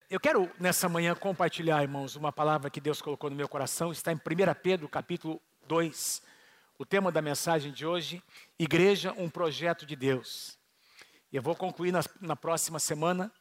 Eu quero nessa manhã compartilhar, irmãos, uma palavra que Deus colocou no meu coração. Está em 1 Pedro, capítulo 2. O tema da mensagem de hoje, Igreja, um projeto de Deus. E eu vou concluir na próxima semana.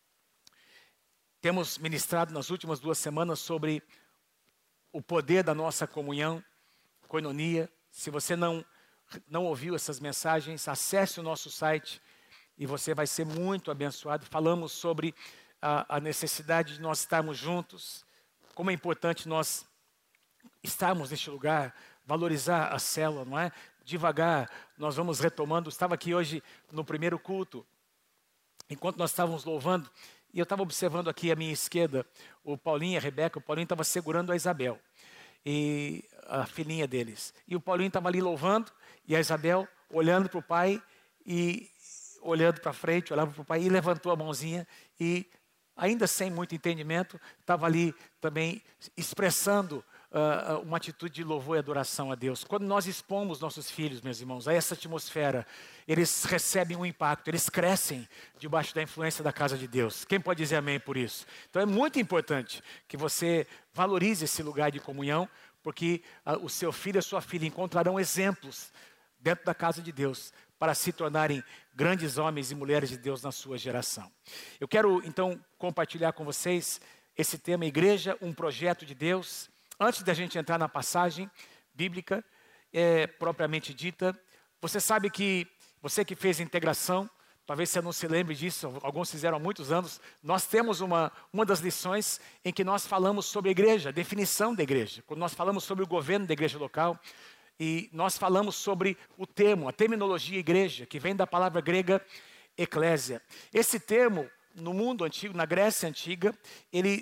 Temos ministrado nas últimas 2 semanas sobre o poder da nossa comunhão, koinonia. Se você não ouviu essas mensagens, acesse o nosso site e você vai ser muito abençoado. Falamos sobre a necessidade de nós estarmos juntos, como é importante nós estarmos neste lugar, valorizar a célula, não é? Devagar, nós vamos retomando. Estava aqui hoje no primeiro culto, enquanto nós estávamos louvando, e eu estava observando aqui à minha esquerda, o Paulinho e a Rebeca. O Paulinho estava segurando a Isabel, e a filhinha deles. E o Paulinho estava ali louvando, e a Isabel olhando para o pai, e olhando para frente, olhava para o pai, e levantou a mãozinha, e ainda sem muito entendimento, estava ali também expressando uma atitude de louvor e adoração a Deus. Quando nós expomos nossos filhos, meus irmãos, a essa atmosfera, eles recebem um impacto, eles crescem debaixo da influência da casa de Deus. Quem pode dizer amém por isso? Então é muito importante que você valorize esse lugar de comunhão, porque o seu filho e a sua filha encontrarão exemplos dentro da casa de Deus para se tornarem grandes homens e mulheres de Deus na sua geração. Eu quero então compartilhar com vocês esse tema, Igreja, um projeto de Deus. Antes da gente entrar na passagem bíblica, propriamente dita, você sabe que, você que fez a integração, talvez você não se lembre disso, alguns fizeram há muitos anos, nós temos uma das lições em que nós falamos sobre a igreja, a definição da igreja, quando nós falamos sobre o governo da igreja local, e nós falamos sobre o termo, a terminologia igreja, que vem da palavra grega eclésia. Esse termo, no mundo antigo, na Grécia antiga, ele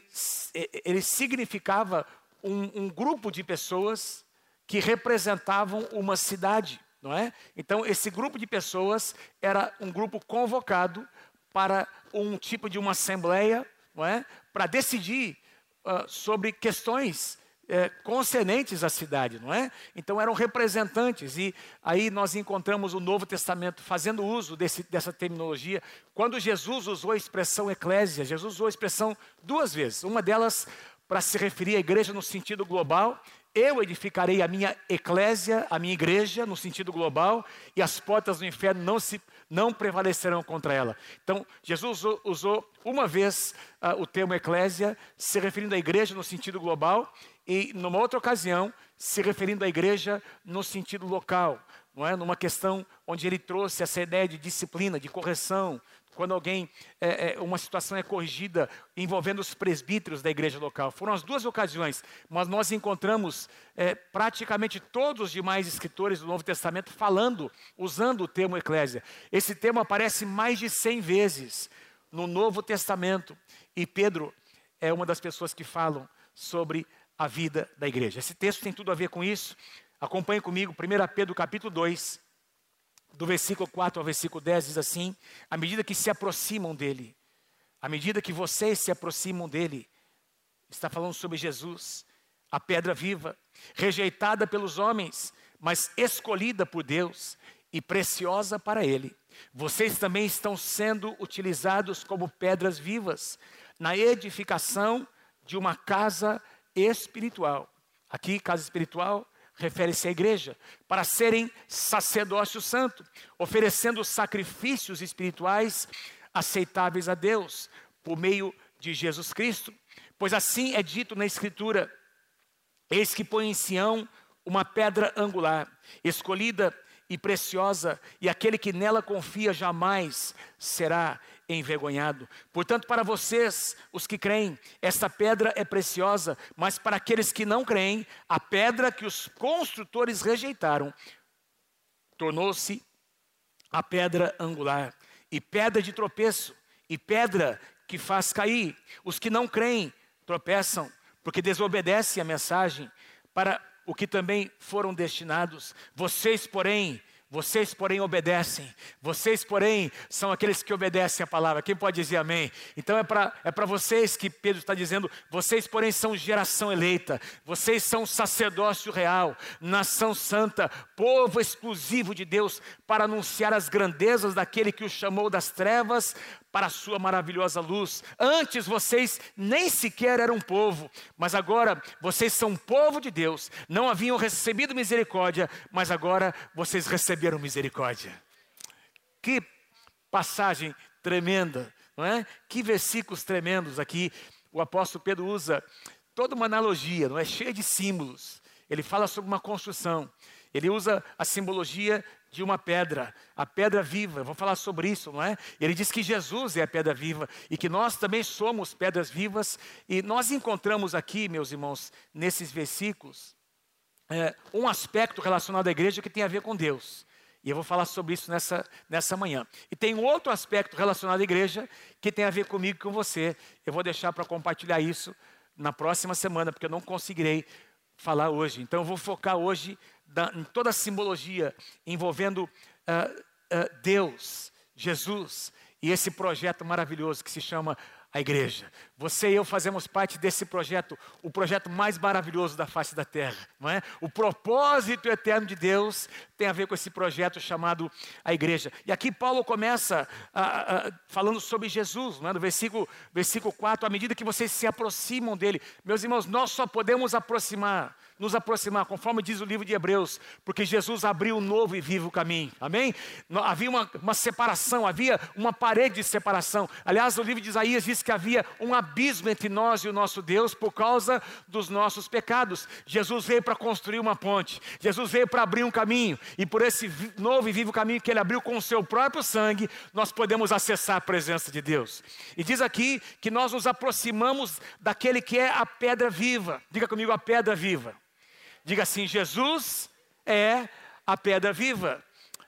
significava um grupo de pessoas que representavam uma cidade, não é? Então, esse grupo de pessoas era um grupo convocado para um tipo de uma assembleia, não é? Para decidir sobre questões concernentes à cidade, não é? Então eram representantes, e aí nós encontramos o Novo Testamento fazendo uso dessa terminologia. Quando Jesus usou a expressão eclésia, Jesus usou a expressão 2 vezes, uma delas para se referir à igreja no sentido global. Eu edificarei a minha eclésia, a minha igreja no sentido global, e as portas do inferno não prevalecerão contra ela. Então, Jesus usou uma vez o termo eclésia, se referindo à igreja no sentido global, e numa outra ocasião, se referindo à igreja no sentido local, não é? Numa questão onde ele trouxe essa ideia de disciplina, de correção, quando uma situação é corrigida envolvendo os presbíteros da igreja local. Foram as 2 ocasiões, mas nós encontramos praticamente todos os demais escritores do Novo Testamento usando o termo eclésia. Esse termo aparece mais de 100 vezes no Novo Testamento, e Pedro é uma das pessoas que falam sobre a vida da igreja. Esse texto tem tudo a ver com isso. Acompanhe comigo, 1 Pedro capítulo 2, do versículo 4 ao versículo 10, diz assim: à medida que se aproximam dele, à medida que vocês se aproximam dele, está falando sobre Jesus, a pedra viva, rejeitada pelos homens, mas escolhida por Deus e preciosa para ele. Vocês também estão sendo utilizados como pedras vivas na edificação de uma casa espiritual. Aqui, casa espiritual refere-se à igreja, para serem sacerdócio santo, oferecendo sacrifícios espirituais aceitáveis a Deus, por meio de Jesus Cristo. Pois assim é dito na Escritura: eis que põe em Sião uma pedra angular, escolhida e preciosa, e aquele que nela confia jamais será envergonhado. Portanto, para vocês, os que creem, esta pedra é preciosa, mas para aqueles que não creem, a pedra que os construtores rejeitaram tornou-se a pedra angular, e pedra de tropeço, e pedra que faz cair. Os que não creem tropeçam, porque desobedecem a mensagem para o que também foram destinados. Vocês, porém, obedecem. Vocês, porém, são aqueles que obedecem a palavra. Quem pode dizer amém? Então é para vocês que Pedro está dizendo: vocês, porém, são geração eleita. Vocês são sacerdócio real, nação santa, povo exclusivo de Deus, para anunciar as grandezas daquele que os chamou das trevas para a sua maravilhosa luz. Antes vocês nem sequer eram povo, mas agora vocês são povo de Deus. Não haviam recebido misericórdia, mas agora vocês receberam misericórdia. Que passagem tremenda, não é? Que versículos tremendos aqui. O apóstolo Pedro usa toda uma analogia, não é? Cheia de símbolos. Ele fala sobre uma construção. Ele usa a simbologia de uma pedra, a pedra viva. Eu vou falar sobre isso, não é? Ele diz que Jesus é a pedra viva e que nós também somos pedras vivas. E nós encontramos aqui, meus irmãos, nesses versículos, um aspecto relacionado à igreja que tem a ver com Deus. E eu vou falar sobre isso nessa manhã. E tem um outro aspecto relacionado à igreja que tem a ver comigo e com você. Eu vou deixar para compartilhar isso na próxima semana, porque eu não conseguirei falar hoje. Então eu vou focar hoje em toda a simbologia envolvendo Deus, Jesus e esse projeto maravilhoso que se chama a igreja. Você e eu fazemos parte desse projeto, o projeto mais maravilhoso da face da terra, não é? O propósito eterno de Deus tem a ver com esse projeto chamado a igreja. E aqui Paulo começa falando sobre Jesus, não é? No versículo 4, à medida que vocês se aproximam dele, meus irmãos, nós só podemos nos aproximar, conforme diz o livro de Hebreus, porque Jesus abriu um novo e vivo caminho, amém? Havia uma separação, havia uma parede de separação. Aliás, o livro de Isaías diz que havia um abismo entre nós e o nosso Deus por causa dos nossos pecados. Jesus veio para construir uma ponte, Jesus veio para abrir um caminho, e por esse novo e vivo caminho que ele abriu com o seu próprio sangue, nós podemos acessar a presença de Deus. E diz aqui que nós nos aproximamos daquele que é a pedra viva. Diga comigo, a pedra viva. Diga assim, Jesus é a pedra viva.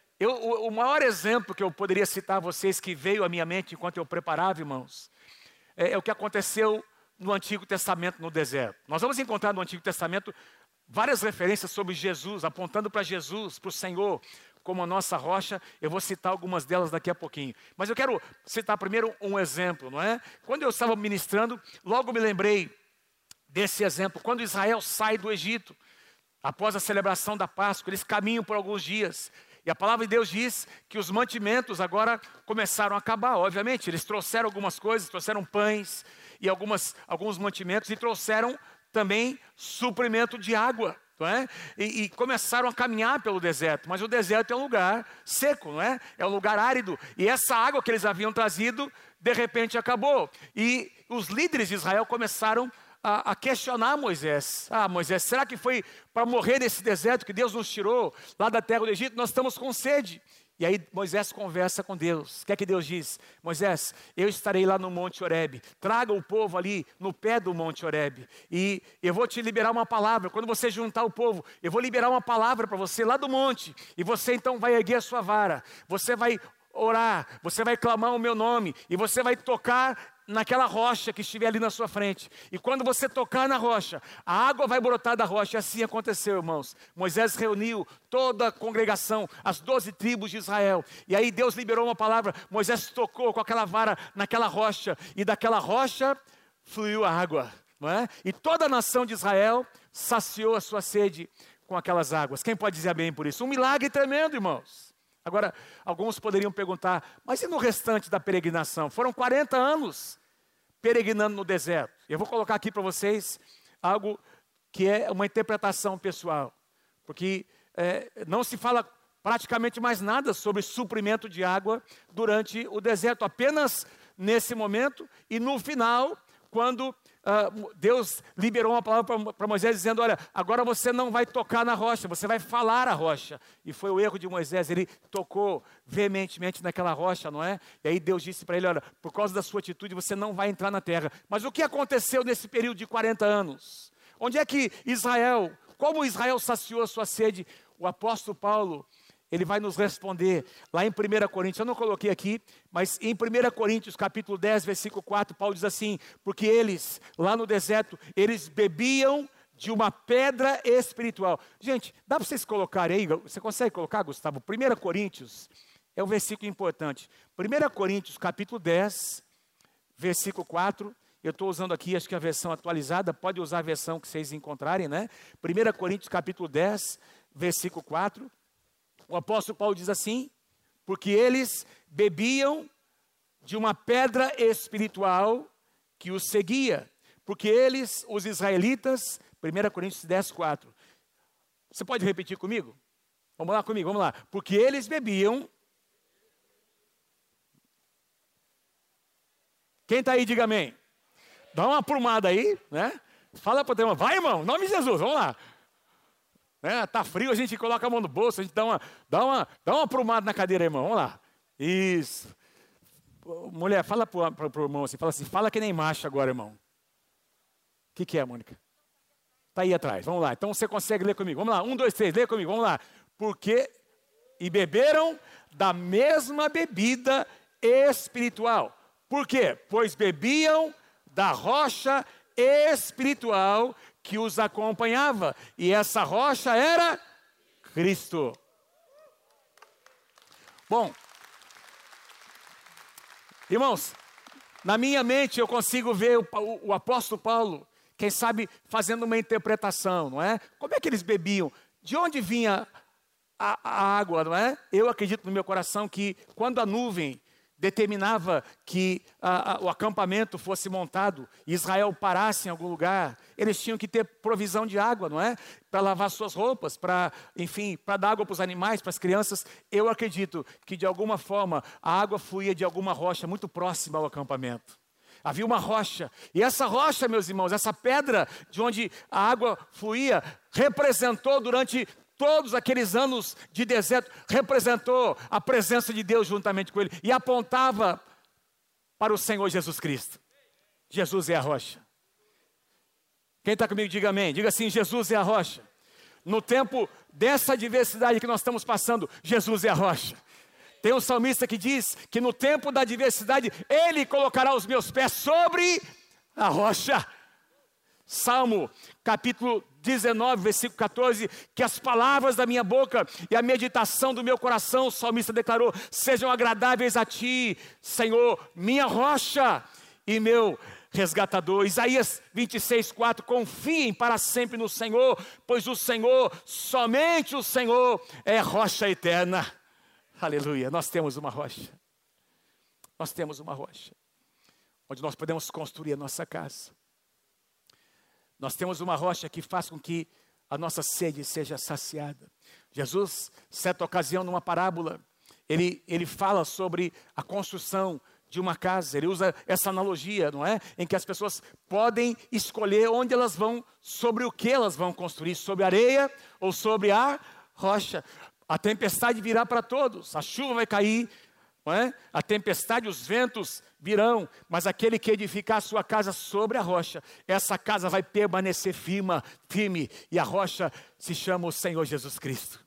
O maior exemplo que eu poderia citar a vocês, que veio à minha mente enquanto eu preparava, irmãos, é o que aconteceu no Antigo Testamento no deserto. Nós vamos encontrar no Antigo Testamento várias referências sobre Jesus, apontando para Jesus, para o Senhor, como a nossa rocha. Eu vou citar algumas delas daqui a pouquinho. Mas eu quero citar primeiro um exemplo, não é? Quando eu estava ministrando, logo me lembrei desse exemplo. Quando Israel sai do Egito, após a celebração da Páscoa, eles caminham por alguns dias. E a palavra de Deus diz que os mantimentos agora começaram a acabar. Obviamente, eles trouxeram algumas coisas, trouxeram pães e alguns mantimentos, e trouxeram também suprimento de água, não é? E começaram a caminhar pelo deserto. Mas o deserto é um lugar seco, não é? É um lugar árido. E essa água que eles haviam trazido, de repente acabou. E os líderes de Israel começaram a questionar Moisés. Moisés, será que foi para morrer nesse deserto que Deus nos tirou lá da terra do Egito? Nós estamos com sede. E aí Moisés conversa com Deus. O que é que Deus diz? Moisés, eu estarei lá no Monte Horebe. Traga o povo ali no pé do Monte Horebe. E eu vou te liberar uma palavra. Quando você juntar o povo, eu vou liberar uma palavra para você lá do monte. E você então vai erguer a sua vara. Você vai orar. Você vai clamar o meu nome. E você vai tocar naquela rocha que estiver ali na sua frente. E quando você tocar na rocha, a água vai brotar da rocha. E assim aconteceu, irmãos. Moisés reuniu toda a congregação, as 12 tribos de Israel. E aí Deus liberou uma palavra. Moisés tocou com aquela vara naquela rocha. E daquela rocha fluiu a água, não é? E toda a nação de Israel saciou a sua sede com aquelas águas. Quem pode dizer amém por isso? Um milagre tremendo, irmãos. Agora, alguns poderiam perguntar, mas e no restante da peregrinação? Foram 40 anos peregrinando no deserto. Eu vou colocar aqui para vocês algo que é uma interpretação pessoal, porque não se fala praticamente mais nada sobre suprimento de água durante o deserto, apenas nesse momento e no final, quando Deus liberou uma palavra para Moisés dizendo, olha, agora você não vai tocar na rocha, você vai falar a rocha. E foi o erro de Moisés, ele tocou veementemente naquela rocha, não é? E aí Deus disse para ele, olha, por causa da sua atitude você não vai entrar na terra. Mas o que aconteceu nesse período de 40 anos? Onde é que como Israel saciou a sua sede? O apóstolo Paulo, ele vai nos responder lá em 1 Coríntios, eu não coloquei aqui, mas em 1 Coríntios capítulo 10, versículo 4, Paulo diz assim, porque eles, lá no deserto, eles bebiam de uma pedra espiritual. Gente, dá para vocês colocarem aí, você consegue colocar, Gustavo? 1 Coríntios é um versículo importante. 1 Coríntios capítulo 10, versículo 4, eu estou usando aqui, acho que a versão atualizada, pode usar a versão que vocês encontrarem, né? 1 Coríntios capítulo 10, versículo 4, o apóstolo Paulo diz assim, porque eles bebiam de uma pedra espiritual que os seguia. Porque eles, os israelitas, 1 Coríntios 10, 4. Você pode repetir comigo? Vamos lá comigo, vamos lá. Porque eles bebiam. Quem está aí, diga amém. Dá uma aprumada aí, né? Fala para o teu irmão, vai irmão, em nome de Jesus, vamos lá. Né? Tá frio, a gente coloca a mão no bolso, a gente dá uma aprumada na cadeira, irmão, vamos lá. Isso. Mulher, fala para o irmão assim, fala que nem macho agora, irmão. O que é, Mônica? Está aí atrás, vamos lá. Então você consegue ler comigo, vamos lá, 1, 2, 3, lê comigo, vamos lá. Porque, e beberam da mesma bebida espiritual. Por quê? Pois bebiam da rocha espiritual que os acompanhava. E essa rocha era Cristo. Bom, irmãos, na minha mente eu consigo ver o apóstolo Paulo, quem sabe fazendo uma interpretação, não é? Como é que eles bebiam? De onde vinha a água, não é? Eu acredito no meu coração que quando a nuvem determinava que o acampamento fosse montado, Israel parasse em algum lugar, eles tinham que ter provisão de água, não é? Para lavar suas roupas, para dar água para os animais, para as crianças. Eu acredito que de alguma forma a água fluía de alguma rocha muito próxima ao acampamento. Havia uma rocha, e essa rocha, meus irmãos, essa pedra de onde a água fluía, representou durante todos aqueles anos de deserto, representou a presença de Deus juntamente com ele, e apontava para o Senhor Jesus Cristo. Jesus é a rocha. Quem está comigo, diga amém. Diga assim, Jesus é a rocha. No tempo dessa adversidade que nós estamos passando, Jesus é a rocha. Tem um salmista que diz que no tempo da adversidade, Ele colocará os meus pés sobre a rocha. Salmo, capítulo 19, versículo 14, que as palavras da minha boca e a meditação do meu coração, o salmista declarou, sejam agradáveis a Ti, Senhor, minha rocha e meu resgatador. Isaías 26, 4, confiem para sempre no Senhor, pois o Senhor, somente o Senhor é rocha eterna. Aleluia, nós temos uma rocha. Nós temos uma rocha, onde nós podemos construir a nossa casa. Nós temos uma rocha que faz com que a nossa sede seja saciada. Jesus, certa ocasião, numa parábola, ele fala sobre a construção de uma casa. Ele usa essa analogia, não é? Em que as pessoas podem escolher onde elas vão, sobre o que elas vão construir, sobre a areia ou sobre a rocha. A tempestade virá para todos, a chuva vai cair, não é? A tempestade, os ventos virão, mas aquele que edificar a sua casa sobre a rocha, essa casa vai permanecer firme, e a rocha se chama o Senhor Jesus Cristo.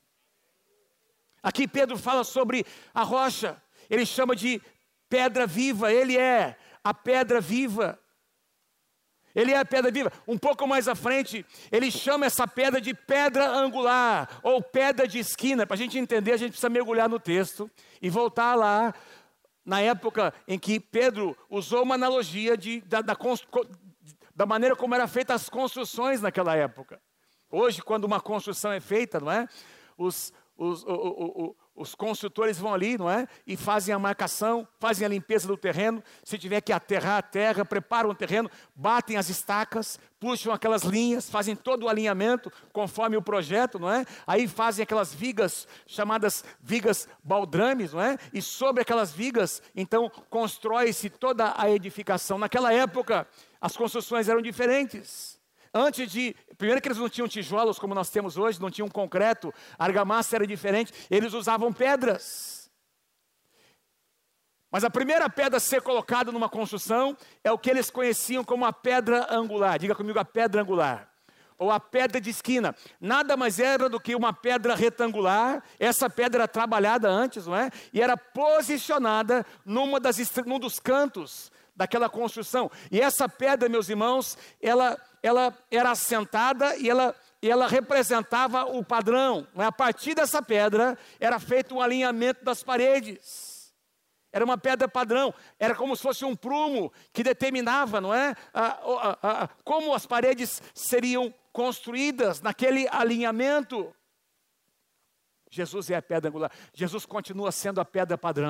Aqui Pedro fala sobre a rocha, ele chama de pedra viva, ele é a pedra viva. Ele é a pedra viva. Um pouco mais à frente, ele chama essa pedra de pedra angular, ou pedra de esquina. Para a gente entender, a gente precisa mergulhar no texto e voltar lá, na época em que Pedro usou uma analogia da maneira como eram feitas as construções naquela época. Hoje, quando uma construção é feita, não é? Os construtores vão ali, não é? E fazem a marcação, fazem a limpeza do terreno. Se tiver que aterrar a terra, preparam o terreno, batem as estacas, puxam aquelas linhas, fazem todo o alinhamento conforme o projeto, não é? Aí fazem aquelas vigas chamadas vigas baldrames, não é? E sobre aquelas vigas, então, constrói-se toda a edificação. Naquela época, as construções eram diferentes. Primeiro que eles não tinham tijolos como nós temos hoje, não tinham concreto, a argamassa era diferente, eles usavam pedras. Mas a primeira pedra a ser colocada numa construção é o que eles conheciam como a pedra angular. Diga comigo, a pedra angular. Ou a pedra de esquina. Nada mais era do que uma pedra retangular. Essa pedra era trabalhada antes, não é? E era posicionada num dos cantos daquela construção. E essa pedra, meus irmãos, ela era assentada e ela representava o padrão. A partir dessa pedra era feito um alinhamento das paredes. Era uma pedra padrão, era como se fosse um prumo que determinava, não é? Como as paredes seriam construídas naquele alinhamento. Jesus é a pedra angular. Jesus continua sendo a pedra padrão.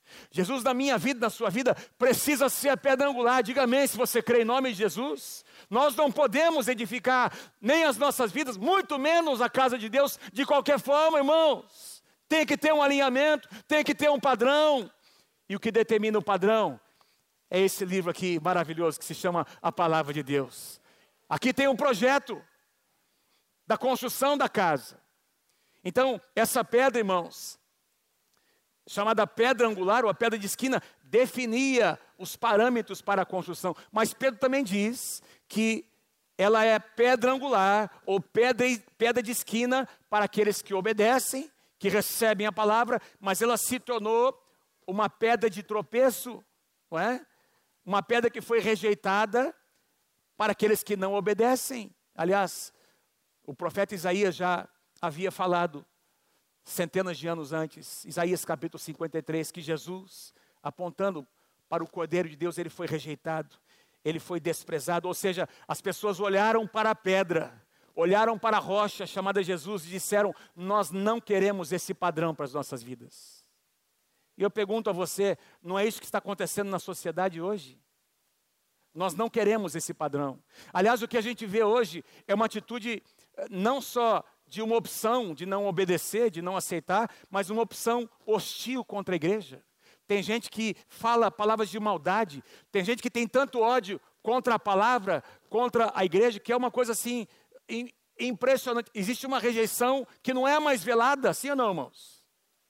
Jesus na minha vida, na sua vida, precisa ser a pedra angular. Diga amém se você crê em nome de Jesus. Nós não podemos edificar nem as nossas vidas, muito menos a casa de Deus, de qualquer forma, irmãos. Tem que ter um alinhamento, tem que ter um padrão. E o que determina o padrão é esse livro aqui maravilhoso que se chama A Palavra de Deus. Aqui tem um projeto da construção da casa. Então, essa pedra, irmãos, chamada pedra angular ou a pedra de esquina, definia os parâmetros para a construção. Mas Pedro também diz que ela é pedra angular ou pedra de esquina para aqueles que obedecem, que recebem a palavra, mas ela se tornou uma pedra de tropeço, não é? Uma pedra que foi rejeitada para aqueles que não obedecem. Aliás, o profeta Isaías já havia falado centenas de anos antes, Isaías capítulo 53, que Jesus, apontando para o Cordeiro de Deus, ele foi rejeitado, ele foi desprezado, ou seja, as pessoas olharam para a pedra, olharam para a rocha chamada Jesus e disseram, nós não queremos esse padrão para as nossas vidas. E eu pergunto a você, não é isso que está acontecendo na sociedade hoje? Nós não queremos esse padrão. Aliás, o que a gente vê hoje é uma atitude não só de uma opção de não obedecer, de não aceitar, mas uma opção hostil contra a igreja. Tem gente que fala palavras de maldade, tem gente que tem tanto ódio contra a palavra, contra a igreja, que é uma coisa assim impressionante. Existe uma rejeição que não é mais velada, sim ou não, irmãos?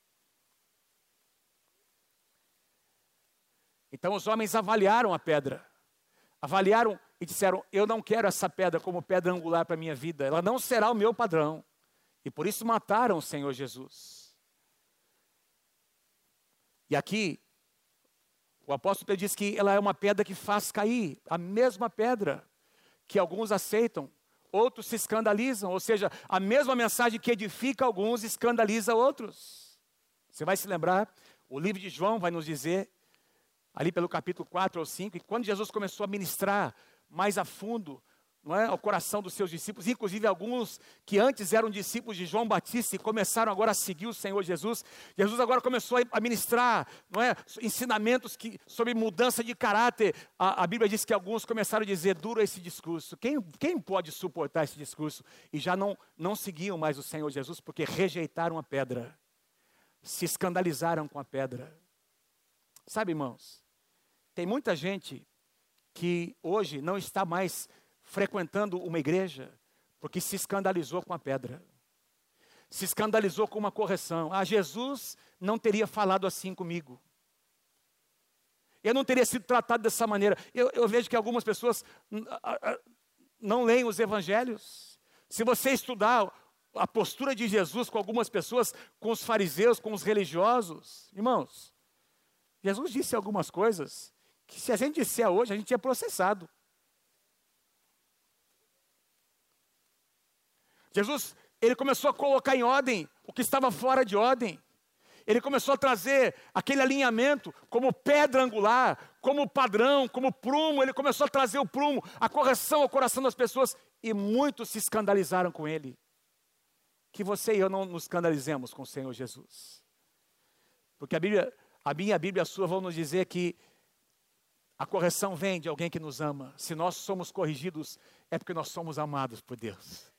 Então os homens avaliaram a pedra, avaliaram e disseram, eu não quero essa pedra como pedra angular para a minha vida, ela não será o meu padrão. E por isso mataram o Senhor Jesus. E aqui, o apóstolo Pedro diz que ela é uma pedra que faz cair, a mesma pedra que alguns aceitam, outros se escandalizam, ou seja, a mesma mensagem que edifica alguns, escandaliza outros. Você vai se lembrar, o livro de João vai nos dizer, ali pelo capítulo 4 ou 5, que quando Jesus começou a ministrar mais a fundo, não é, ao coração dos seus discípulos, inclusive alguns que antes eram discípulos de João Batista e começaram agora a seguir o Senhor Jesus. Jesus agora começou a ministrar, não é, ensinamentos sobre mudança de caráter. A Bíblia diz que alguns começaram a dizer, duro esse discurso. Quem pode suportar esse discurso? E já não seguiam mais o Senhor Jesus porque rejeitaram a pedra, se escandalizaram com a pedra. Sabe, irmãos, tem muita gente que hoje não está mais frequentando uma igreja, porque se escandalizou com a pedra, se escandalizou com uma correção. Jesus não teria falado assim comigo, eu não teria sido tratado dessa maneira. Eu vejo que algumas pessoas não leem os evangelhos. Se você estudar a postura de Jesus com algumas pessoas, com os fariseus, com os religiosos, irmãos, Jesus disse algumas coisas que se a gente disser hoje, a gente é processado. Jesus, ele começou a colocar em ordem o que estava fora de ordem. Ele começou a trazer aquele alinhamento como pedra angular, como padrão, como prumo. Ele começou a trazer o prumo, a correção ao coração das pessoas. E muitos se escandalizaram com ele. Que você e eu não nos escandalizemos com o Senhor Jesus. Porque a minha Bíblia e a sua vão nos dizer que a correção vem de alguém que nos ama. Se nós somos corrigidos, é porque nós somos amados por Deus.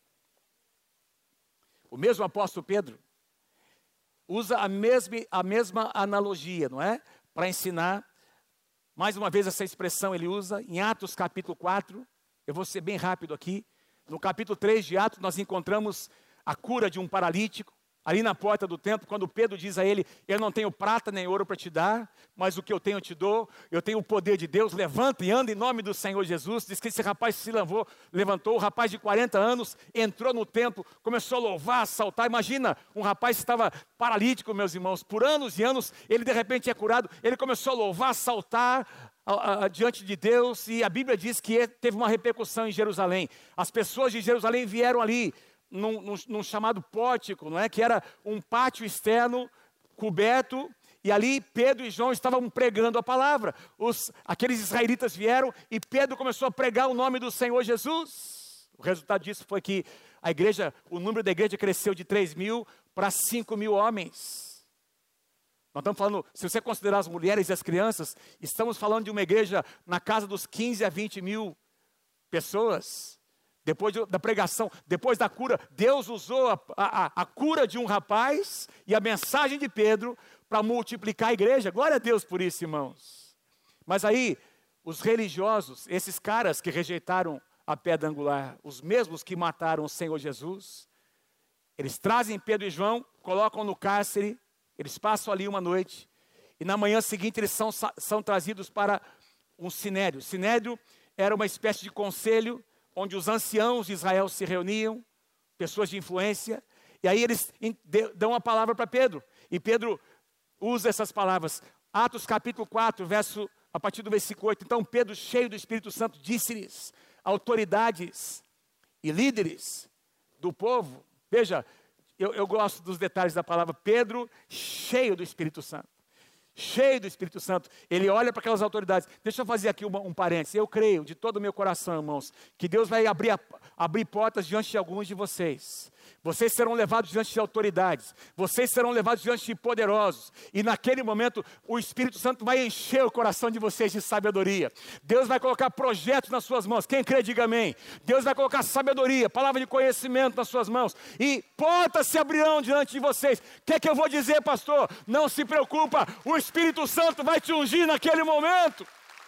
O mesmo apóstolo Pedro usa a mesma analogia, não é? Para ensinar, mais uma vez essa expressão ele usa em Atos capítulo 4, eu vou ser bem rápido aqui. No capítulo 3 de Atos nós encontramos a cura de um paralítico, ali na porta do templo, quando Pedro diz a ele, eu não tenho prata nem ouro para te dar, mas o que eu tenho eu te dou, eu tenho o poder de Deus, levanta e anda em nome do Senhor Jesus. Diz que esse rapaz se levantou, o rapaz de 40 anos, entrou no templo, começou a louvar, a saltar. Imagina, um rapaz que estava paralítico, meus irmãos, por anos e anos, ele de repente é curado, ele começou a louvar, a saltar diante de Deus, e a Bíblia diz que teve uma repercussão em Jerusalém. As pessoas de Jerusalém vieram ali, num chamado pórtico, não é? Que era um pátio externo coberto, e ali Pedro e João estavam pregando a palavra. Aqueles israelitas vieram e Pedro começou a pregar o nome do Senhor Jesus. O resultado disso foi que o número da igreja cresceu de 3.000 para 5.000 homens. Nós estamos falando, se você considerar as mulheres e as crianças, estamos falando de uma igreja na casa dos 15 a 20 mil pessoas. Depois da pregação, depois da cura, Deus usou a cura de um rapaz e a mensagem de Pedro para multiplicar a igreja. Glória a Deus por isso, irmãos. Mas aí, os religiosos, esses caras que rejeitaram a pedra angular, os mesmos que mataram o Senhor Jesus, eles trazem Pedro e João, colocam no cárcere, eles passam ali uma noite, e na manhã seguinte eles são trazidos para um sinédrio. O sinédrio era uma espécie de conselho, onde os anciãos de Israel se reuniam, pessoas de influência, e aí eles dão a palavra para Pedro, e Pedro usa essas palavras. Atos capítulo 4, a partir do versículo 8, então Pedro, cheio do Espírito Santo, disse-lhes, autoridades e líderes do povo, veja, eu gosto dos detalhes da palavra, Pedro, cheio do Espírito Santo, ele olha para aquelas autoridades. Deixa eu fazer aqui um parênteses. Eu creio de todo o meu coração, irmãos, que Deus vai abrir portas diante de alguns de vocês. Vocês serão levados diante de autoridades, vocês serão levados diante de poderosos, e naquele momento o Espírito Santo vai encher o coração de vocês de sabedoria. Deus vai colocar projetos nas suas mãos. Quem crê, diga amém. Deus vai colocar sabedoria, palavra de conhecimento nas suas mãos, e portas se abrirão diante de vocês. O que é que eu vou dizer, pastor? Não se preocupa, o Espírito Santo vai te ungir naquele momento.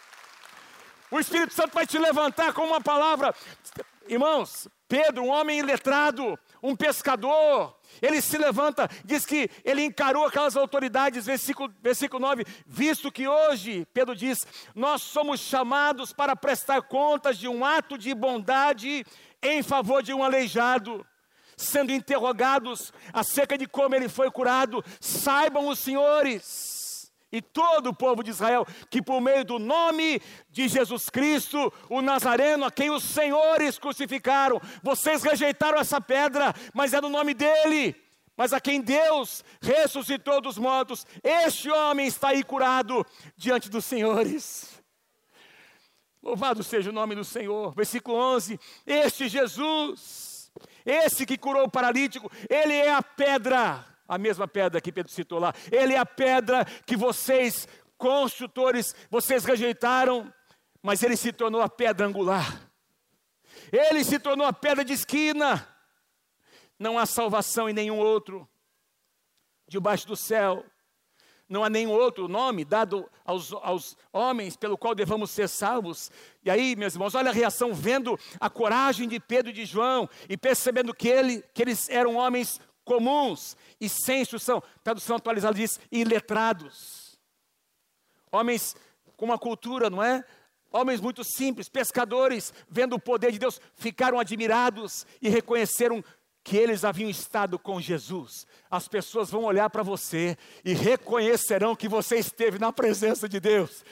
O Espírito Santo vai te levantar com uma palavra. Irmãos, Pedro, um homem iletrado, um pescador, ele se levanta, diz que ele encarou aquelas autoridades, versículo 9, visto que hoje, Pedro diz, nós somos chamados para prestar contas de um ato de bondade em favor de um aleijado, sendo interrogados acerca de como ele foi curado, saibam os senhores e todo o povo de Israel, que por meio do nome de Jesus Cristo, o Nazareno, a quem os senhores crucificaram, vocês rejeitaram essa pedra, mas é no nome dele, mas a quem Deus ressuscitou dos mortos, este homem está aí curado diante dos senhores. Louvado seja o nome do Senhor. Versículo 11, este Jesus, esse que curou o paralítico, ele é a pedra, a mesma pedra que Pedro citou lá. Ele é a pedra que vocês, construtores, vocês rejeitaram, mas ele se tornou a pedra angular. Ele se tornou a pedra de esquina. Não há salvação em nenhum outro debaixo do céu. Não há nenhum outro nome dado aos homens pelo qual devamos ser salvos. E aí, meus irmãos, olha a reação, vendo a coragem de Pedro e de João, e percebendo que eles eram homens comuns e sem instrução. Tradução atualizada diz iletrados. Homens com uma cultura, não é? Homens muito simples, pescadores, vendo o poder de Deus, ficaram admirados e reconheceram que eles haviam estado com Jesus. As pessoas vão olhar para você e reconhecerão que você esteve na presença de Deus.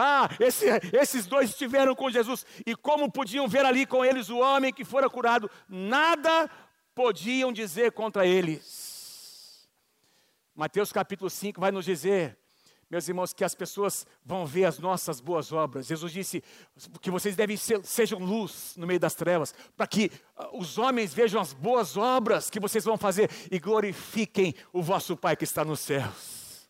Esses dois estiveram com Jesus, e como podiam ver ali com eles o homem que fora curado, nada podiam dizer contra eles. Mateus capítulo 5 vai nos dizer, meus irmãos, que as pessoas vão ver as nossas boas obras. Jesus disse que vocês sejam luz no meio das trevas, para que os homens vejam as boas obras que vocês vão fazer e glorifiquem o vosso Pai que está nos céus.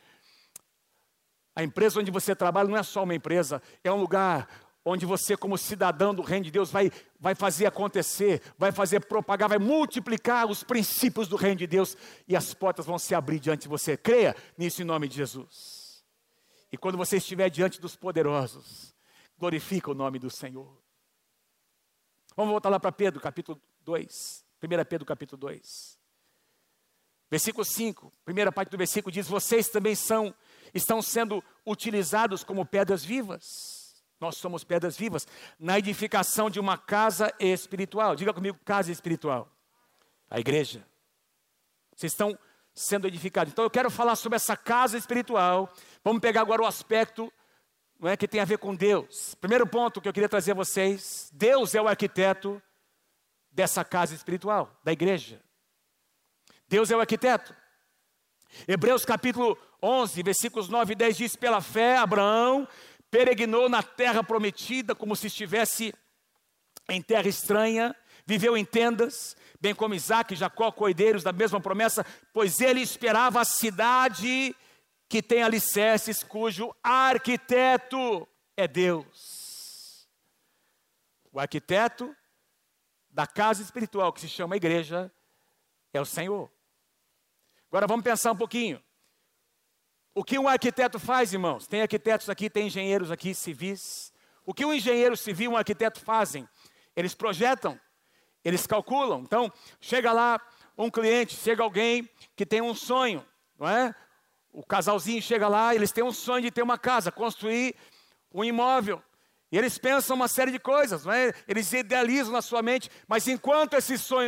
A empresa onde você trabalha não é só uma empresa, é um lugar onde você, como cidadão do reino de Deus, vai fazer acontecer, vai fazer propagar, vai multiplicar os princípios do reino de Deus, e as portas vão se abrir diante de você. Creia nisso em nome de Jesus. E quando você estiver diante dos poderosos, glorifica o nome do Senhor. Vamos voltar lá para Pedro, capítulo 2. 1 Pedro, capítulo 2. Versículo 5, primeira parte do versículo diz, vocês também estão sendo utilizados como pedras vivas. Nós somos pedras vivas na edificação de uma casa espiritual. Diga comigo, casa espiritual. A igreja. Vocês estão sendo edificados. Então eu quero falar sobre essa casa espiritual. Vamos pegar agora o aspecto, não é, que tem a ver com Deus. Primeiro ponto que eu queria trazer a vocês. Deus é o arquiteto dessa casa espiritual, da igreja. Deus é o arquiteto. Hebreus capítulo 11, versículos 9 e 10 diz, pela fé Abraão peregrinou na terra prometida, como se estivesse em terra estranha, viveu em tendas, bem como Isaque e Jacó, coerdeiros da mesma promessa, pois ele esperava a cidade que tem alicerces cujo arquiteto é Deus. O arquiteto da casa espiritual que se chama igreja é o Senhor. Agora vamos pensar um pouquinho. O que um arquiteto faz, irmãos? Tem arquitetos aqui, tem engenheiros aqui, civis. O que um engenheiro civil e um arquiteto fazem? Eles projetam, eles calculam. Então, chega lá um cliente, chega alguém que tem um sonho, não é? O casalzinho chega lá, eles têm um sonho de ter uma casa, construir um imóvel. E eles pensam uma série de coisas, não é? Eles idealizam na sua mente, mas enquanto esse sonho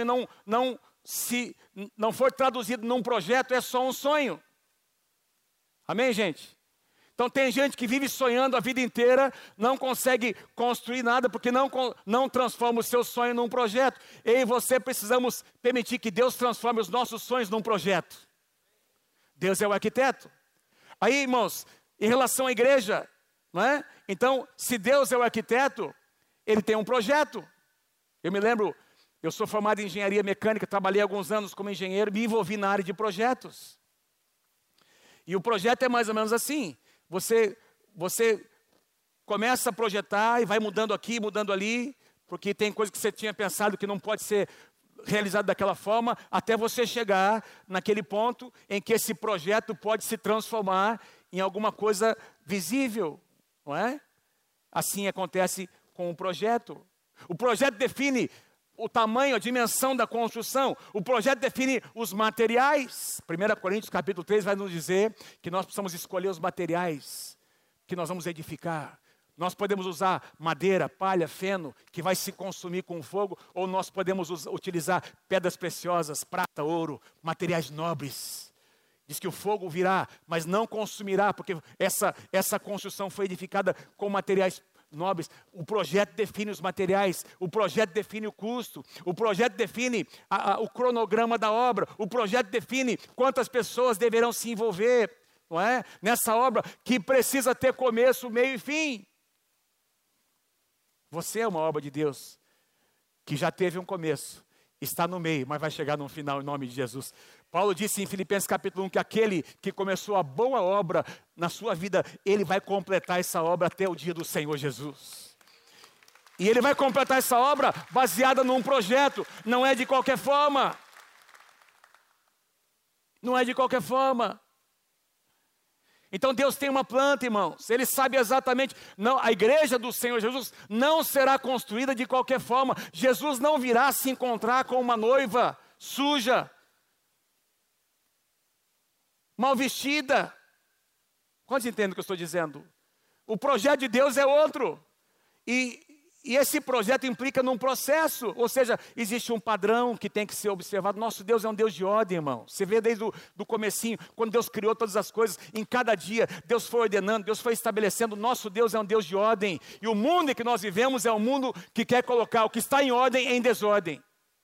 não for traduzido num projeto, é só um sonho. Amém, gente? Então tem gente que vive sonhando a vida inteira, não consegue construir nada, porque não transforma o seu sonho num projeto. Eu e você precisamos permitir que Deus transforme os nossos sonhos num projeto. Deus é o arquiteto. Aí, irmãos, em relação à igreja, não é? Então, se Deus é o arquiteto, Ele tem um projeto. Eu me lembro, eu sou formado em engenharia mecânica, trabalhei alguns anos como engenheiro, me envolvi na área de projetos. E o projeto é mais ou menos assim. Você começa a projetar e vai mudando aqui, mudando ali, porque tem coisa que você tinha pensado que não pode ser realizado daquela forma, até você chegar naquele ponto em que esse projeto pode se transformar em alguma coisa visível, não é? Assim acontece com o projeto. O projeto define o tamanho, a dimensão da construção. O projeto define os materiais. 1 Coríntios capítulo 3 vai nos dizer que nós precisamos escolher os materiais que nós vamos edificar. Nós podemos usar madeira, palha, feno, que vai se consumir com o fogo, ou nós podemos utilizar pedras preciosas, prata, ouro, materiais nobres. Diz que o fogo virá, mas não consumirá, porque essa construção foi edificada com materiais nobres. O projeto define os materiais, o projeto define o custo, o projeto define o cronograma da obra, o projeto define quantas pessoas deverão se envolver, não é? Nessa obra que precisa ter começo, meio e fim. Você é uma obra de Deus que já teve um começo, está no meio, mas vai chegar no final em nome de Jesus. Paulo disse em Filipenses capítulo 1 que aquele que começou a boa obra na sua vida, ele vai completar essa obra até o dia do Senhor Jesus. E ele vai completar essa obra baseada num projeto, não é de qualquer forma. Não é de qualquer forma. Então Deus tem uma planta, irmãos. Ele sabe exatamente. Não, a igreja do Senhor Jesus não será construída de qualquer forma. Jesus não virá se encontrar com uma noiva suja, mal vestida. Quantos entendem o que eu estou dizendo? O projeto de Deus é outro. E esse projeto implica num processo, ou seja, existe um padrão que tem que ser observado. Nosso Deus é um Deus de ordem, irmão. Você vê desde o comecinho, quando Deus criou todas as coisas, em cada dia, Deus foi ordenando, Deus foi estabelecendo. Nosso Deus é um Deus de ordem. E o mundo em que nós vivemos é um mundo que quer colocar o que está em ordem em desordem.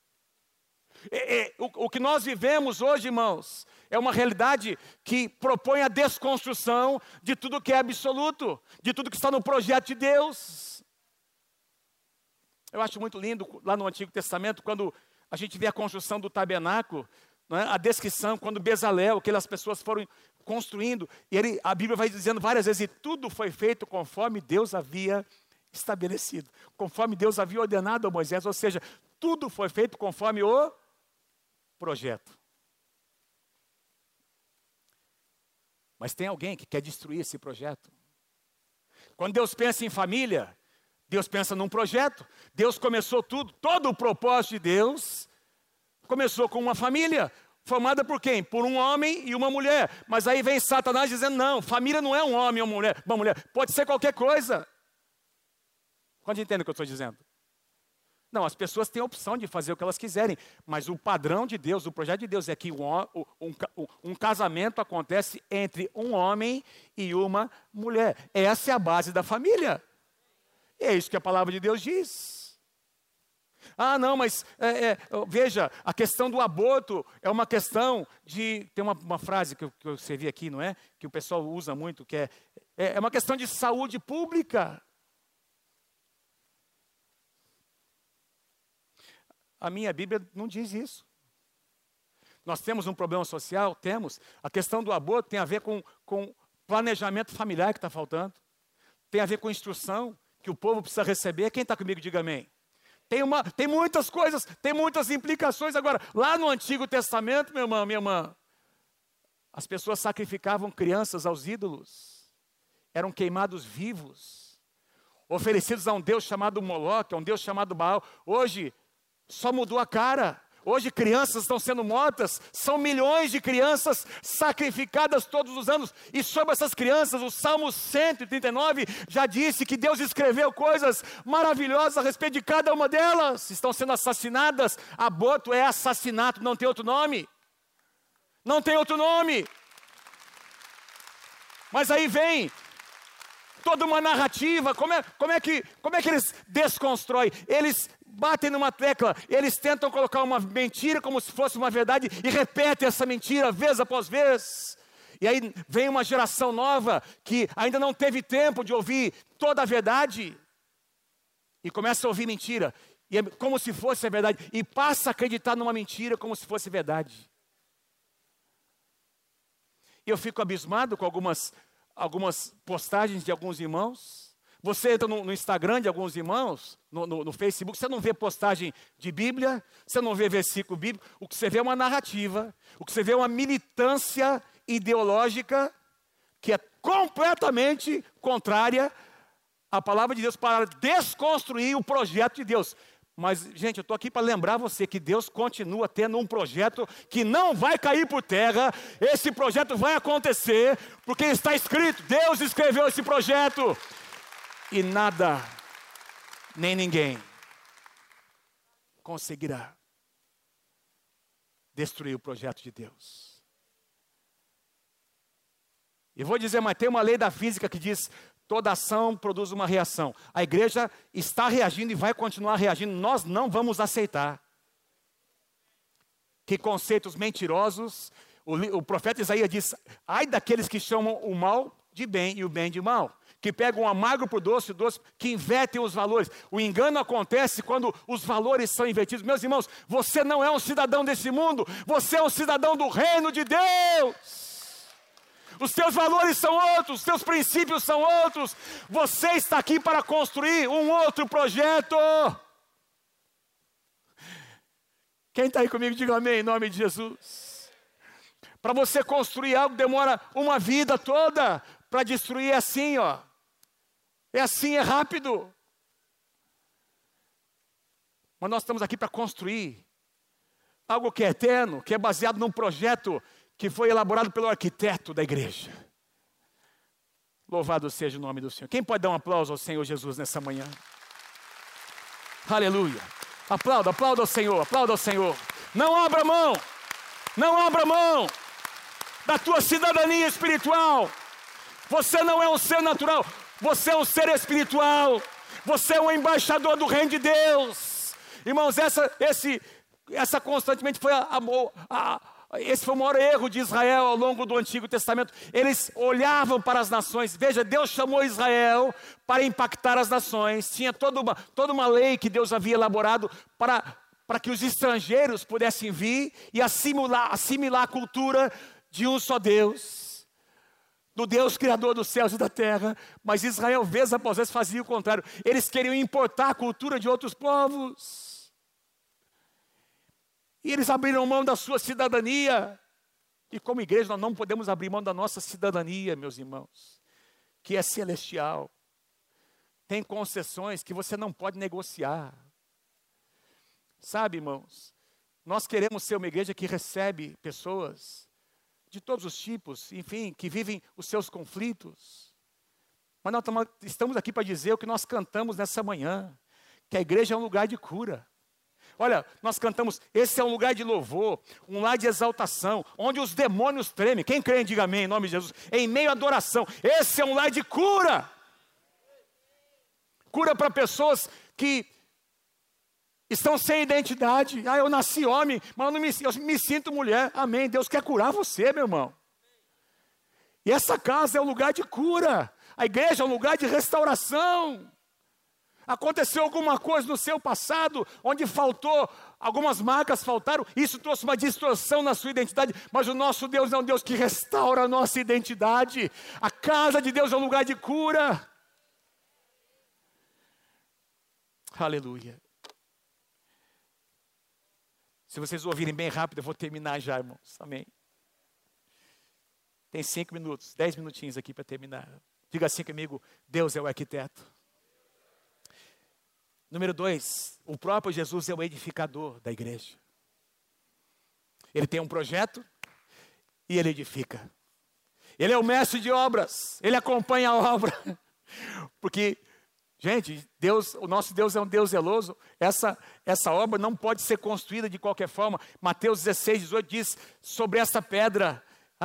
O que nós vivemos hoje, irmãos, é uma realidade que propõe a desconstrução de tudo que é absoluto, de tudo que está no projeto de Deus. Eu acho muito lindo, lá no Antigo Testamento, quando a gente vê a construção do tabernáculo, não é? A descrição, quando Bezalel, aquelas pessoas foram construindo, e a Bíblia vai dizendo várias vezes, e tudo foi feito conforme Deus havia estabelecido, conforme Deus havia ordenado a Moisés, ou seja, tudo foi feito conforme o projeto. Mas tem alguém que quer destruir esse projeto. Quando Deus pensa em família, Deus pensa num projeto. Deus começou tudo, todo o propósito de Deus começou com uma família, formada por quem? Por um homem e uma mulher. Mas aí vem Satanás dizendo, não, família não é um homem ou uma mulher, pode ser qualquer coisa. Quantos entendem o que eu estou dizendo? Não, as pessoas têm a opção de fazer o que elas quiserem, mas o padrão de Deus, o projeto de Deus é que um casamento acontece entre um homem e uma mulher. Essa é a base da família. É isso que a palavra de Deus diz. Ah, não, mas veja, a questão do aborto é uma questão de... Tem uma frase que eu escrevi aqui, não é? Que o pessoal usa muito, que é uma questão de saúde pública. A minha Bíblia não diz isso. Nós temos um problema social? Temos. A questão do aborto tem a ver com planejamento familiar que está faltando. Tem a ver com instrução que o povo precisa receber. Quem está comigo, diga amém. Tem muitas coisas, tem muitas implicações. Agora, lá no Antigo Testamento, meu irmão, minha irmã, as pessoas sacrificavam crianças aos ídolos. Eram queimados vivos. Oferecidos a um Deus chamado Moloque, a um Deus chamado Baal. Hoje, só mudou a cara. Hoje crianças estão sendo mortas, são milhões de crianças sacrificadas todos os anos. E sobre essas crianças, o Salmo 139 já disse que Deus escreveu coisas maravilhosas a respeito de cada uma delas. Estão sendo assassinadas. Aborto é assassinato, não tem outro nome. Não tem outro nome. Mas aí vem toda uma narrativa. Como é que eles desconstroem? Eles batem numa tecla, eles tentam colocar uma mentira como se fosse uma verdade e repetem essa mentira vez após vez. E aí vem uma geração nova que ainda não teve tempo de ouvir toda a verdade e começa a ouvir mentira, e é como se fosse a verdade, e passa a acreditar numa mentira como se fosse verdade. E eu fico abismado com algumas postagens de alguns irmãos. Você entra no Instagram de alguns irmãos, no Facebook, você não vê postagem de Bíblia, você não vê versículo bíblico, o que você vê é uma narrativa, o que você vê é uma militância ideológica que é completamente contrária à palavra de Deus para desconstruir o projeto de Deus. Mas, gente, eu estou aqui para lembrar você que Deus continua tendo um projeto que não vai cair por terra. Esse projeto vai acontecer, porque está escrito, Deus escreveu esse projeto. E nada, nem ninguém, conseguirá destruir o projeto de Deus. E vou dizer, mas tem uma lei da física que diz, toda ação produz uma reação. A igreja está reagindo e vai continuar reagindo. Nós não vamos aceitar que conceitos mentirosos. O profeta Isaías diz, ai daqueles que chamam o mal de bem e o bem de mal, que pegam o amargo por doce, o doce, que invertem os valores. O engano acontece quando os valores são invertidos. Meus irmãos, você não é um cidadão desse mundo, você é um cidadão do reino de Deus. Os teus valores são outros, os teus princípios são outros. Você está aqui para construir um outro projeto. Quem está aí comigo, diga amém, em nome de Jesus. Para você construir algo demora uma vida toda. Para destruir é assim, ó. É assim, é rápido. Mas nós estamos aqui para construir algo que é eterno, que é baseado num projeto que foi elaborado pelo arquiteto da igreja. Louvado seja o nome do Senhor. Quem pode dar um aplauso ao Senhor Jesus nessa manhã? Aleluia. Aplauda ao Senhor, aplauda ao Senhor. Não abra mão da tua cidadania espiritual. Você não é um ser natural, você é um ser espiritual. Você é um embaixador do reino de Deus. Irmãos, essa constantemente foi esse foi o maior erro de Israel ao longo do Antigo Testamento. Eles olhavam para as nações. Veja, Deus chamou Israel para impactar as nações. Tinha toda uma lei que Deus havia elaborado para que os estrangeiros pudessem vir e assimilar a cultura de um só Deus, do Deus criador dos céus e da terra. Mas Israel, vez após vez, fazia o contrário. Eles queriam importar a cultura de outros povos. E eles abriram mão da sua cidadania. E como igreja nós não podemos abrir mão da nossa cidadania, meus irmãos, que é celestial. Tem concessões que você não pode negociar. Sabe, irmãos, nós queremos ser uma igreja que recebe pessoas de todos os tipos, enfim, que vivem os seus conflitos. Mas nós estamos aqui para dizer o que nós cantamos nessa manhã, que a igreja é um lugar de cura. Olha, nós cantamos, esse é um lugar de louvor, um lugar de exaltação, onde os demônios tremem. Quem crê, diga amém, em nome de Jesus. Em meio à adoração, esse é um lugar de cura. Cura para pessoas que estão sem identidade. Eu nasci homem, mas eu me sinto mulher. Amém, Deus quer curar você, meu irmão. E essa casa é um lugar de cura. A igreja é um lugar de restauração. Aconteceu alguma coisa no seu passado, onde faltou, algumas marcas faltaram, isso trouxe uma distorção na sua identidade, mas o nosso Deus é um Deus que restaura a nossa identidade. A casa de Deus é um lugar de cura. Aleluia. Se vocês ouvirem bem rápido, eu vou terminar já, irmãos. Amém. Tem 5 minutos, 10 minutinhos aqui para terminar. Diga assim comigo: Deus é o arquiteto. Número 2, o próprio Jesus é o edificador da igreja. Ele tem um projeto e ele edifica. Ele é o mestre de obras, ele acompanha a obra. Porque, gente, Deus, o nosso Deus é um Deus zeloso. Essa obra não pode ser construída de qualquer forma. Mateus 16, 18 diz: sobre essa pedra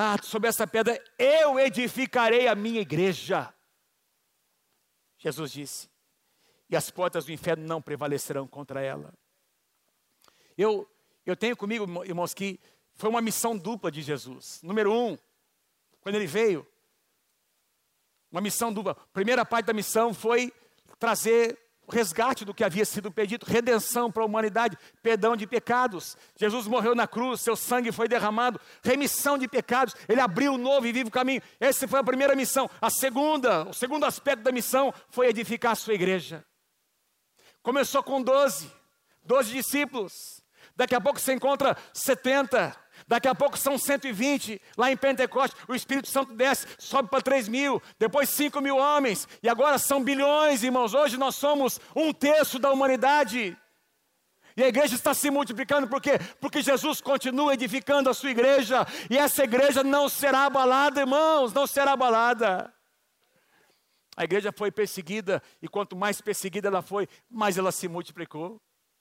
eu edificarei a minha igreja. Jesus disse, e as portas do inferno não prevalecerão contra ela. Eu tenho comigo, irmãos, que foi uma missão dupla de Jesus. Número 1, quando ele veio, uma missão dupla. A primeira parte da missão foi trazer o resgate do que havia sido pedido, redenção para a humanidade, perdão de pecados. Jesus morreu na cruz, seu sangue foi derramado, remissão de pecados, ele abriu um novo e vivo caminho. Essa foi a primeira missão. O segundo aspecto da missão foi edificar a sua igreja. Começou com 12 discípulos. Daqui a pouco você encontra 70. Daqui a pouco são 120. Lá em Pentecostes, o Espírito Santo desce, sobe para 3.000. Depois 5.000 homens. E agora são bilhões, irmãos. Hoje nós somos 1/3 da humanidade. E a igreja está se multiplicando. Por quê? Porque Jesus continua edificando a sua igreja. E essa igreja não será abalada, irmãos. Não será abalada. A igreja foi perseguida, e quanto mais perseguida ela foi, mais ela se multiplicou.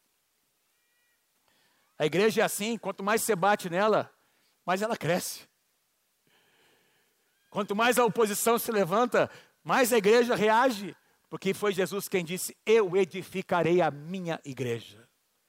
A igreja é assim, quanto mais você bate nela, mais ela cresce. Quanto mais a oposição se levanta, mais a igreja reage, porque foi Jesus quem disse: eu edificarei a minha igreja.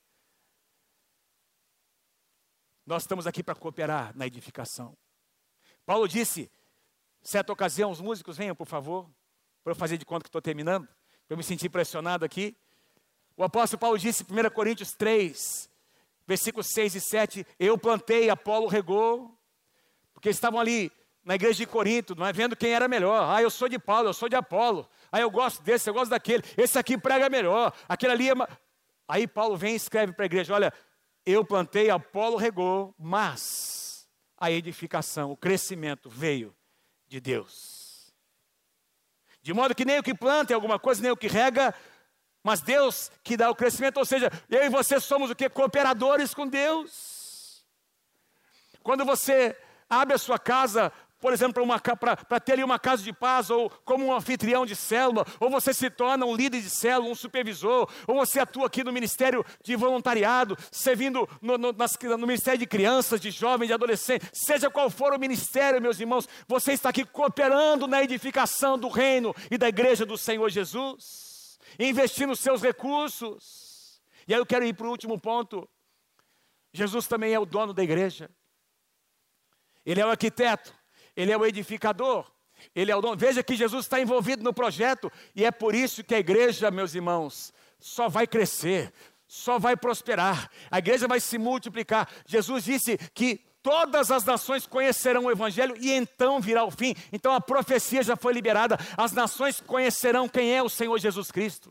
Nós estamos aqui para cooperar na edificação. Paulo disse, certa ocasião, os músicos venham, por favor, para eu fazer de conta que estou terminando, para eu me sentir pressionado aqui. O apóstolo Paulo disse em 1 Coríntios 3, versículos 6 e 7, eu plantei, Apolo regou, porque eles estavam ali na igreja de Corinto, não é, vendo quem era melhor. Eu sou de Paulo, eu sou de Apolo. Eu gosto desse, eu gosto daquele. Esse aqui prega melhor, aquele ali é... Aí Paulo vem e escreve para a igreja, olha, eu plantei, Apolo regou, mas a edificação, o crescimento veio de Deus. De modo que nem o que planta é alguma coisa, nem o que rega, mas Deus que dá o crescimento. Ou seja, eu e você somos o quê? Cooperadores com Deus. Quando você abre a sua casa, por exemplo, para ter ali uma casa de paz, ou como um anfitrião de célula, ou você se torna um líder de célula, um supervisor, ou você atua aqui no ministério de voluntariado, servindo no ministério de crianças, de jovens, de adolescentes, seja qual for o ministério, meus irmãos, você está aqui cooperando na edificação do reino e da igreja do Senhor Jesus, investindo seus recursos. E aí eu quero ir para o último ponto. Jesus também é o dono da igreja. Ele é o arquiteto. Ele é o edificador, ele é o dono. Veja que Jesus está envolvido no projeto, e é por isso que a igreja, meus irmãos, só vai crescer, só vai prosperar, a igreja vai se multiplicar. Jesus disse que todas as nações conhecerão o evangelho e então virá o fim. Então a profecia já foi liberada, as nações conhecerão quem é o Senhor Jesus Cristo.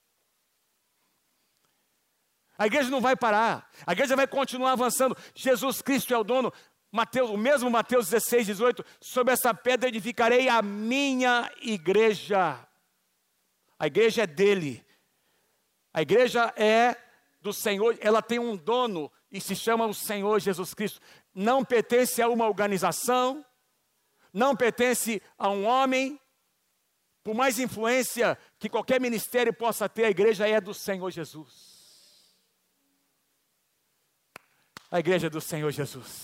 A igreja não vai parar, a igreja vai continuar avançando. Jesus Cristo é o dono. O mesmo Mateus 16, 18, sobre essa pedra edificarei a minha igreja. A igreja é dele. A igreja é do Senhor, ela tem um dono e se chama o Senhor Jesus Cristo. Não pertence a uma organização, não pertence a um homem. Por mais influência que qualquer ministério possa ter, a igreja é do Senhor Jesus. A igreja é do Senhor Jesus.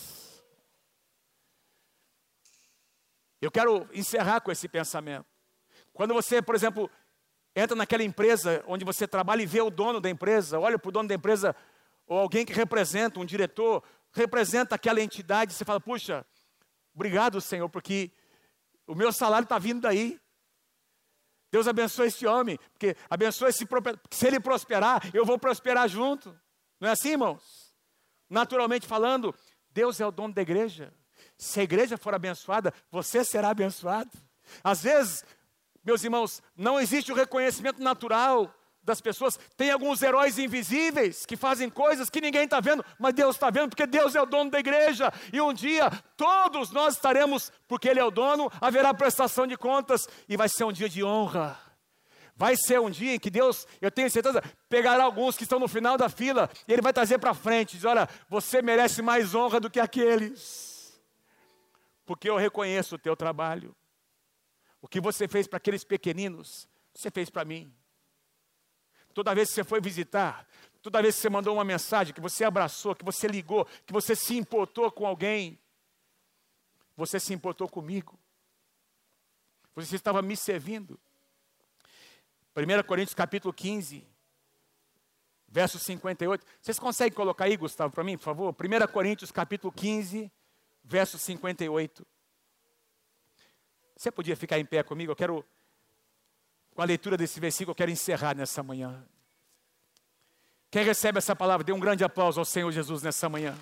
Eu quero encerrar com esse pensamento. Quando você, por exemplo, entra naquela empresa onde você trabalha e vê o dono da empresa, olha para o dono da empresa, ou alguém que representa, um diretor, representa aquela entidade, você fala, puxa, obrigado, Senhor, porque o meu salário está vindo daí. Deus abençoe esse homem, porque abençoe se ele prosperar, eu vou prosperar junto. Não é assim, irmãos? Naturalmente falando, Deus é o dono da igreja. Se a igreja for abençoada, você será abençoado. Às vezes, meus irmãos, não existe o reconhecimento natural das pessoas. Tem alguns heróis invisíveis que fazem coisas que ninguém está vendo, mas Deus está vendo, porque Deus é o dono da igreja. E um dia, todos nós estaremos, porque Ele é o dono, haverá prestação de contas, e vai ser um dia de honra. Vai ser um dia em que Deus, eu tenho certeza, pegará alguns que estão no final da fila, e Ele vai trazer para frente, diz, olha, você merece mais honra do que aqueles, porque eu reconheço o teu trabalho. O que você fez para aqueles pequeninos, você fez para mim. Toda vez que você foi visitar, toda vez que você mandou uma mensagem, que você abraçou, que você ligou, que você se importou com alguém, você se importou comigo. Você estava me servindo. 1 Coríntios capítulo 15, verso 58. Vocês conseguem colocar aí, Gustavo, para mim, por favor? 1 Coríntios capítulo 15, verso 58. Você podia ficar em pé comigo? Eu quero, com a leitura desse versículo, eu quero encerrar nessa manhã. Quem recebe essa palavra, dê um grande aplauso ao Senhor Jesus nessa manhã.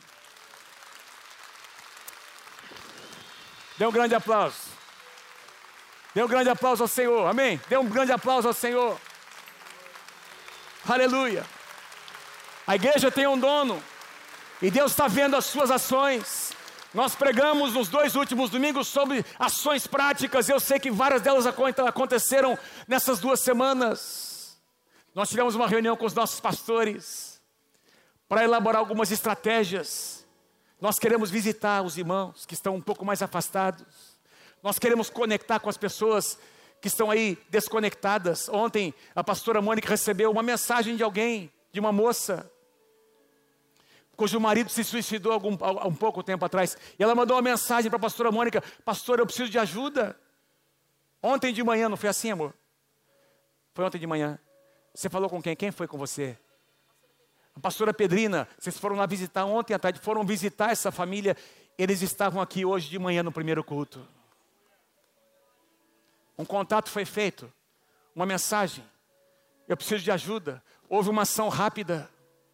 Dê um grande aplauso. Dê um grande aplauso ao Senhor, amém? Dê um grande aplauso ao Senhor. Aleluia. A igreja tem um dono, e Deus está vendo as suas ações. Nós pregamos nos 2 últimos domingos sobre ações práticas. Eu sei que várias delas aconteceram nessas 2 semanas. Nós tivemos uma reunião com os nossos pastores para elaborar algumas estratégias. Nós queremos visitar os irmãos que estão um pouco mais afastados. Nós queremos conectar com as pessoas que estão aí desconectadas. Ontem a pastora Mônica recebeu uma mensagem de alguém, de uma moça, cujo marido se suicidou há um pouco tempo atrás. E ela mandou uma mensagem para a pastora Mônica: pastora, eu preciso de ajuda. Ontem de manhã, não foi assim, amor? Foi ontem de manhã. Você falou com quem? Quem foi com você? A pastora Pedrina. Vocês foram lá visitar ontem à tarde, foram visitar essa família. Eles estavam aqui hoje de manhã no primeiro culto. Um contato foi feito, uma mensagem: eu preciso de ajuda. Houve uma ação rápida.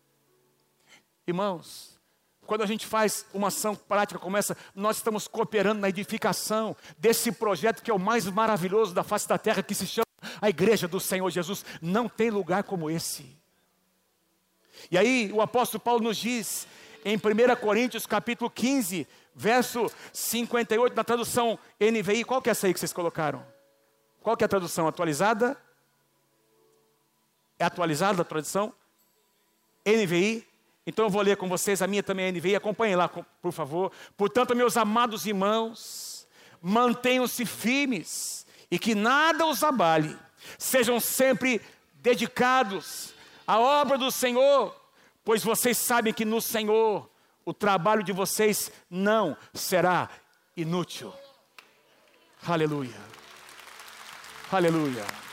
Irmãos, quando a gente faz uma ação prática como essa, nós estamos cooperando na edificação desse projeto que é o mais maravilhoso da face da terra, que se chama a Igreja do Senhor Jesus. Não tem lugar como esse. E aí o apóstolo Paulo nos diz, em 1 Coríntios capítulo 15, verso 58, na tradução NVI, qual que é essa aí que vocês colocaram? Qual que é a tradução? Atualizada? É atualizada a tradução? NVI? Então eu vou ler com vocês, a minha também é NVI, acompanhem lá, por favor. Portanto, meus amados irmãos, mantenham-se firmes e que nada os abale. Sejam sempre dedicados à obra do Senhor, pois vocês sabem que no Senhor o trabalho de vocês não será inútil. Aleluia. Aleluia.